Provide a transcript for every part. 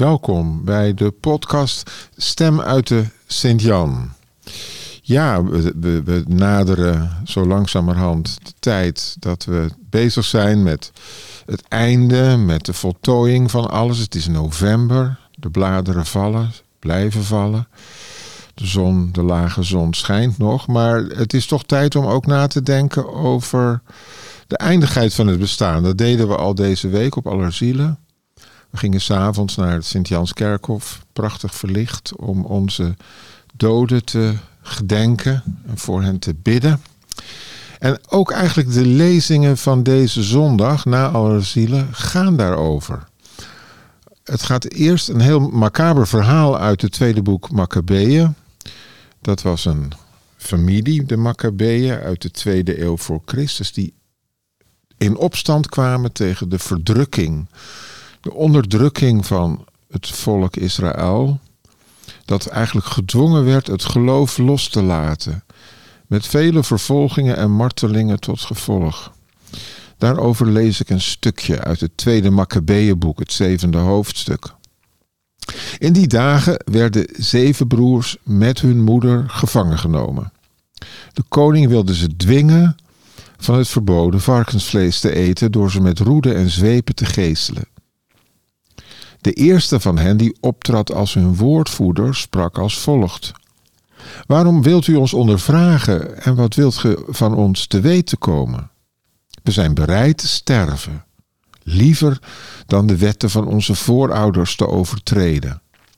Welkom bij de podcast Stem uit de Sint-Jan. Ja, we naderen zo langzamerhand de tijd dat we bezig zijn met het einde, met de voltooiing van alles. Het is november, de bladeren vallen, blijven vallen. De lage zon schijnt nog, maar het is toch tijd om ook na te denken over de eindigheid van het bestaan. Dat deden we al deze week op Allerzielen. We gingen 's avonds naar het Sint-Janskerkhof, prachtig verlicht, om onze doden te gedenken en voor hen te bidden. En ook eigenlijk de lezingen van deze zondag na Allerzielen gaan daarover. Het gaat eerst een heel macaber verhaal uit het tweede boek Maccabeeën. Dat was een familie, de Maccabeeën, uit de 2e eeuw voor Christus, die in opstand kwamen tegen de verdrukking, de onderdrukking van het volk Israël, dat eigenlijk gedwongen werd het geloof los te laten, met vele vervolgingen en martelingen tot gevolg. Daarover lees ik een stukje uit het tweede Maccabeeënboek, het 7e hoofdstuk. In die dagen werden 7 broers met hun moeder gevangen genomen. De koning wilde ze dwingen van het verboden varkensvlees te eten door ze met roeden en zweepen te geeselen. De eerste van hen, die optrad als hun woordvoerder, sprak als volgt: Waarom wilt u ons ondervragen en wat wilt ge van ons te weten komen? We zijn bereid te sterven, liever dan de wetten van onze voorouders te overtreden.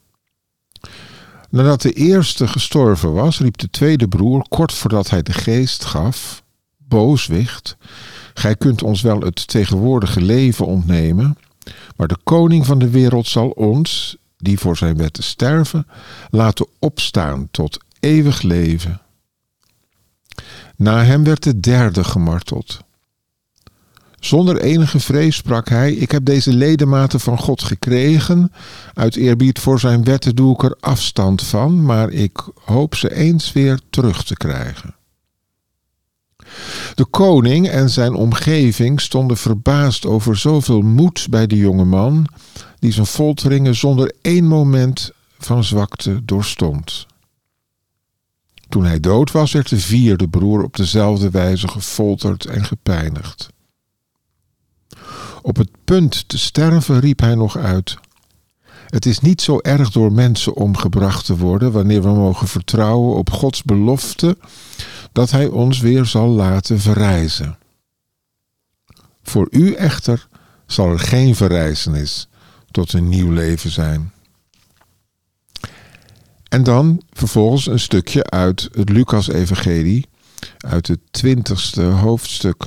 Nadat de eerste gestorven was, riep de tweede broer, kort voordat hij de geest gaf: Booswicht, gij kunt ons wel het tegenwoordige leven ontnemen, maar de koning van de wereld zal ons, die voor zijn wetten sterven, laten opstaan tot eeuwig leven. Na hem werd de derde gemarteld. Zonder enige vrees sprak hij: Ik heb deze ledematen van God gekregen. Uit eerbied voor zijn wetten doe ik er afstand van, maar ik hoop ze eens weer terug te krijgen. De koning en zijn omgeving stonden verbaasd over zoveel moed bij de jonge man, die zijn folteringen zonder één moment van zwakte doorstond. Toen hij dood was, werd de vierde broer op dezelfde wijze gefolterd en gepijnigd. Op het punt te sterven riep hij nog uit: Het is niet zo erg door mensen omgebracht te worden, wanneer we mogen vertrouwen op Gods belofte dat hij ons weer zal laten verrijzen. Voor u echter zal er geen verrijzenis tot een nieuw leven zijn. En dan vervolgens een stukje uit het Lucas-evangelie, uit het 20e hoofdstuk.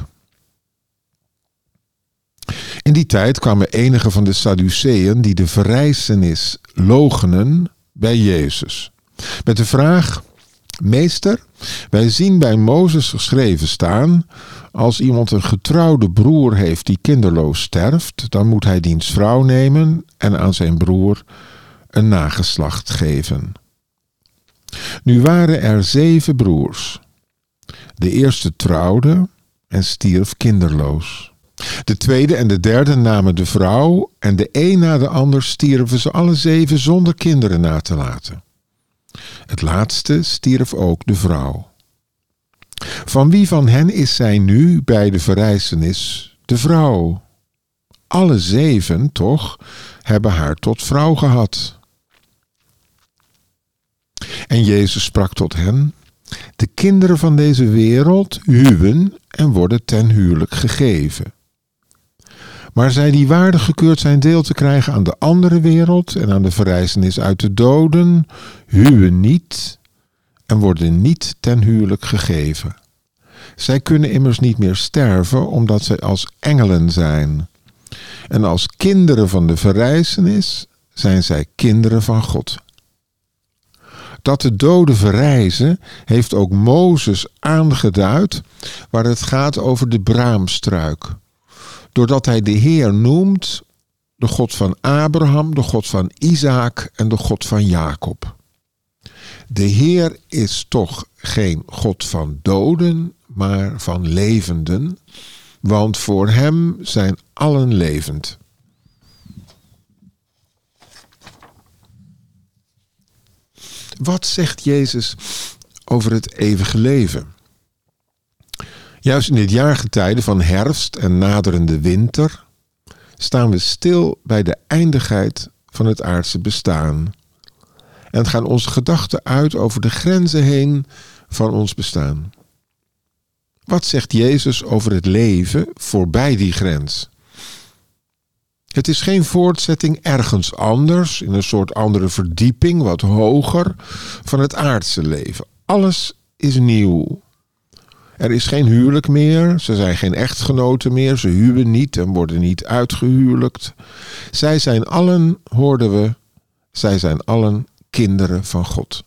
In die tijd kwamen enigen van de Sadduceeën die de verrijzenis loochenen bij Jezus, met de vraag: Meester, wij zien bij Mozes geschreven staan: als iemand een getrouwde broer heeft die kinderloos sterft, dan moet hij diens vrouw nemen en aan zijn broer een nageslacht geven. Nu waren er 7 broers. De eerste trouwde en stierf kinderloos. De tweede en de derde namen de vrouw en de een na de ander stierven ze alle 7 zonder kinderen na te laten. Het laatste stierf ook de vrouw. Van wie van hen is zij nu bij de verrijzenis de vrouw? Alle 7, toch, hebben haar tot vrouw gehad. En Jezus sprak tot hen: De kinderen van deze wereld huwen en worden ten huwelijk gegeven. Maar zij die waardig gekeurd zijn deel te krijgen aan de andere wereld en aan de verrijzenis uit de doden, huwen niet en worden niet ten huwelijk gegeven. Zij kunnen immers niet meer sterven, omdat zij als engelen zijn. En als kinderen van de verrijzenis zijn zij kinderen van God. Dat de doden verrijzen, heeft ook Mozes aangeduid, waar het gaat over de braamstruik. Doordat hij de Heer noemt, de God van Abraham, de God van Isaac en de God van Jacob. De Heer is toch geen God van doden, maar van levenden, want voor hem zijn allen levend. Wat zegt Jezus over het eeuwige leven? Juist in dit jaargetijde van herfst en naderende winter staan we stil bij de eindigheid van het aardse bestaan. En gaan onze gedachten uit over de grenzen heen van ons bestaan. Wat zegt Jezus over het leven voorbij die grens? Het is geen voortzetting ergens anders, in een soort andere verdieping, wat hoger, van het aardse leven. Alles is nieuw. Er is geen huwelijk meer, ze zijn geen echtgenoten meer, ze huwen niet en worden niet uitgehuwelijkt. Zij zijn allen, hoorden we, zij zijn allen kinderen van God.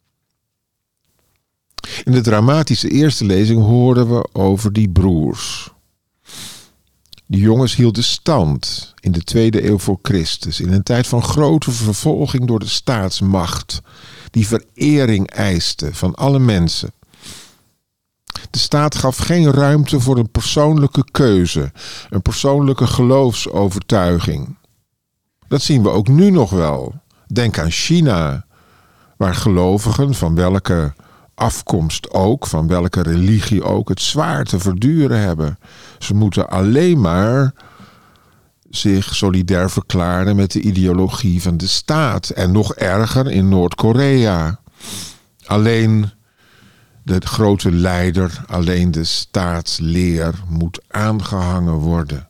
In de dramatische eerste lezing hoorden we over die broers. Die jongens hielden stand in de 2e eeuw voor Christus, in een tijd van grote vervolging door de staatsmacht, die verering eiste van alle mensen. De staat gaf geen ruimte voor een persoonlijke keuze, een persoonlijke geloofsovertuiging. Dat zien we ook nu nog wel. Denk aan China, waar gelovigen van welke afkomst ook, van welke religie ook, het zwaar te verduren hebben. Ze moeten alleen maar zich solidair verklaren met de ideologie van de staat. En nog erger in Noord-Korea. Alleen de grote leider, alleen de staatsleer moet aangehangen worden.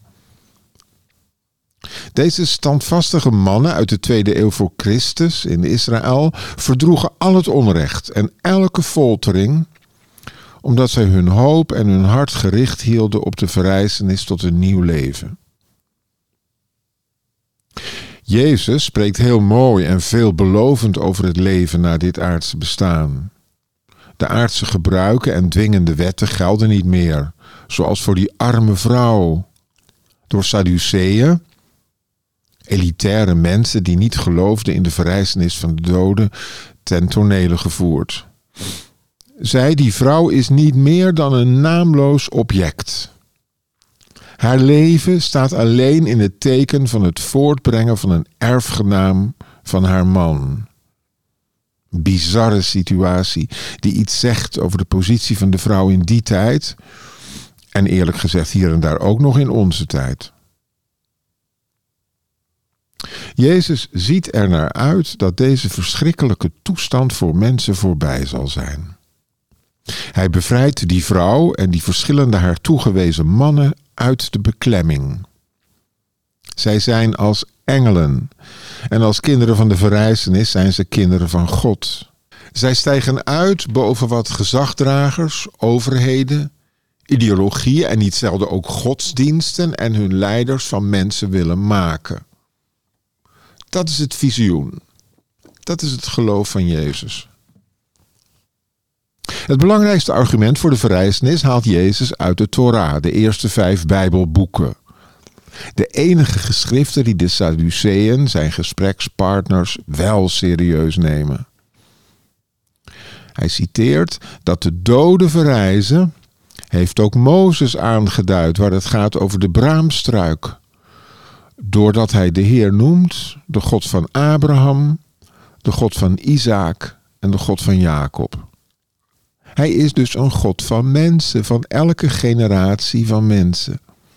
Deze standvastige mannen uit de 2e eeuw voor Christus in Israël verdroegen al het onrecht en elke foltering, omdat zij hun hoop en hun hart gericht hielden op de verrijzenis tot een nieuw leven. Jezus spreekt heel mooi en veelbelovend over het leven na dit aardse bestaan. De aardse gebruiken en dwingende wetten gelden niet meer, zoals voor die arme vrouw. Door Sadduceeën, elitaire mensen die niet geloofden in de verrijzenis van de doden, ten tonele gevoerd. Zij, die vrouw, is niet meer dan een naamloos object. Haar leven staat alleen in het teken van het voortbrengen van een erfgenaam van haar man. Een bizarre situatie die iets zegt over de positie van de vrouw in die tijd en eerlijk gezegd hier en daar ook nog in onze tijd. Jezus ziet er naar uit dat deze verschrikkelijke toestand voor mensen voorbij zal zijn. Hij bevrijdt die vrouw en die verschillende haar toegewezen mannen uit de beklemming. Zij zijn als engelen en als kinderen van de verrijzenis zijn ze kinderen van God. Zij stijgen uit boven wat gezagdragers, overheden, ideologieën en niet zelden ook godsdiensten en hun leiders van mensen willen maken. Dat is het visioen. Dat is het geloof van Jezus. Het belangrijkste argument voor de verrijzenis haalt Jezus uit de Torah, de eerste 5 Bijbelboeken. De enige geschriften die de Sadduceeën, zijn gesprekspartners, wel serieus nemen. Hij citeert dat de doden verrijzen, heeft ook Mozes aangeduid, waar het gaat over de braamstruik. Doordat hij de Heer noemt, de God van Abraham, de God van Isaac en de God van Jacob. Hij is dus een God van mensen, van elke generatie van mensen.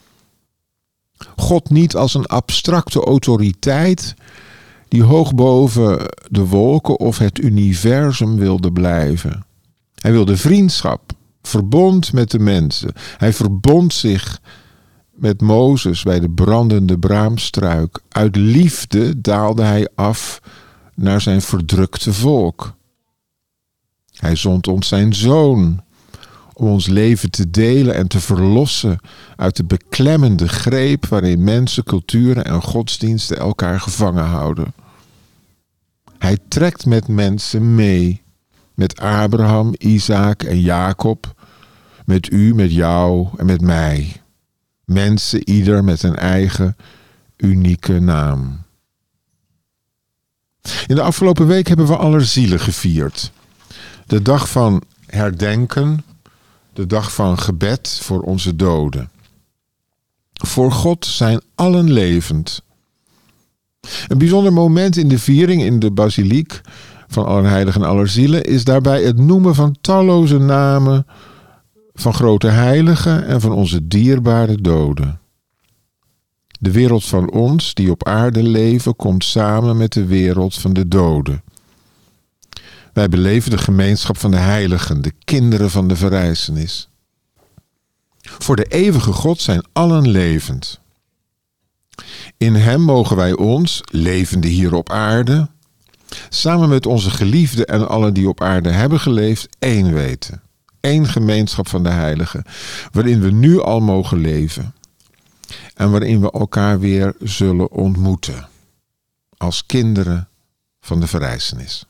God niet als een abstracte autoriteit die hoog boven de wolken of het universum wilde blijven. Hij wilde vriendschap, verbond met de mensen. Hij verbond zich met Mozes bij de brandende braamstruik. Uit liefde daalde hij af naar zijn verdrukte volk. Hij zond ons zijn zoon om ons leven te delen en te verlossen uit de beklemmende greep waarin mensen, culturen en godsdiensten elkaar gevangen houden. Hij trekt met mensen mee, met Abraham, Isaac en Jacob, met u, met jou en met mij. Mensen, ieder met een eigen, unieke naam. In de afgelopen week hebben we Allerzielen gevierd. De dag van herdenken, de dag van gebed voor onze doden. Voor God zijn allen levend. Een bijzonder moment in de viering in de basiliek van Allerheiligen en Allerzielen is daarbij het noemen van talloze namen van grote heiligen en van onze dierbare doden. De wereld van ons die op aarde leven komt samen met de wereld van de doden. Wij beleven de gemeenschap van de heiligen, de kinderen van de verrijzenis. Voor de eeuwige God zijn allen levend. In hem mogen wij ons, levende hier op aarde, samen met onze geliefden en allen die op aarde hebben geleefd, één weten. Eén gemeenschap van de heiligen, waarin we nu al mogen leven. En waarin we elkaar weer zullen ontmoeten. Als kinderen van de verrijzenis.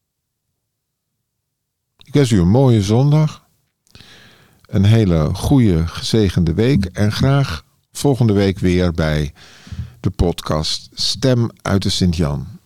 Ik wens u een mooie zondag. Een hele goede, gezegende week. En graag volgende week weer bij de podcast Stem uit de Sint-Jan.